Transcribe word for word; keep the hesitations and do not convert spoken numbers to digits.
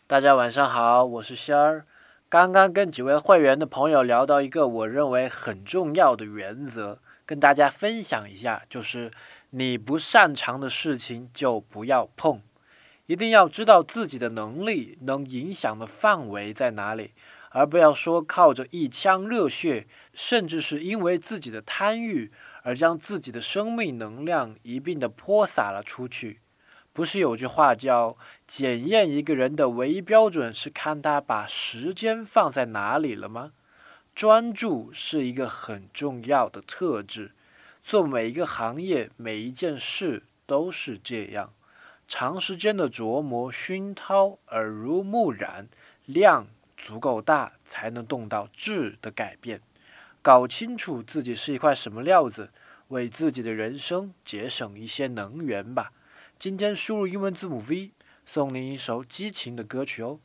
大家晚上好，我是仙儿。刚刚跟几位会员的朋友聊到一个我认为很重要的原则，跟大家分享一下，就是你不擅长的事情就不要碰，一定要知道自己的能力能影响的范围在哪里，而不要说靠着一腔热血，甚至是因为自己的贪欲而将自己的生命能量一并的泼洒了出去。不是有句话叫检验一个人的唯一标准是看他把时间放在哪里了吗？专注是一个很重要的特质，做每一个行业每一件事都是这样，长时间的琢磨熏陶，耳濡目染，量足够大才能动到质的改变。搞清楚自己是一块什么料子，为自己的人生节省一些能源吧。今天输入英文字母 V， 送您一首激情的歌曲哦。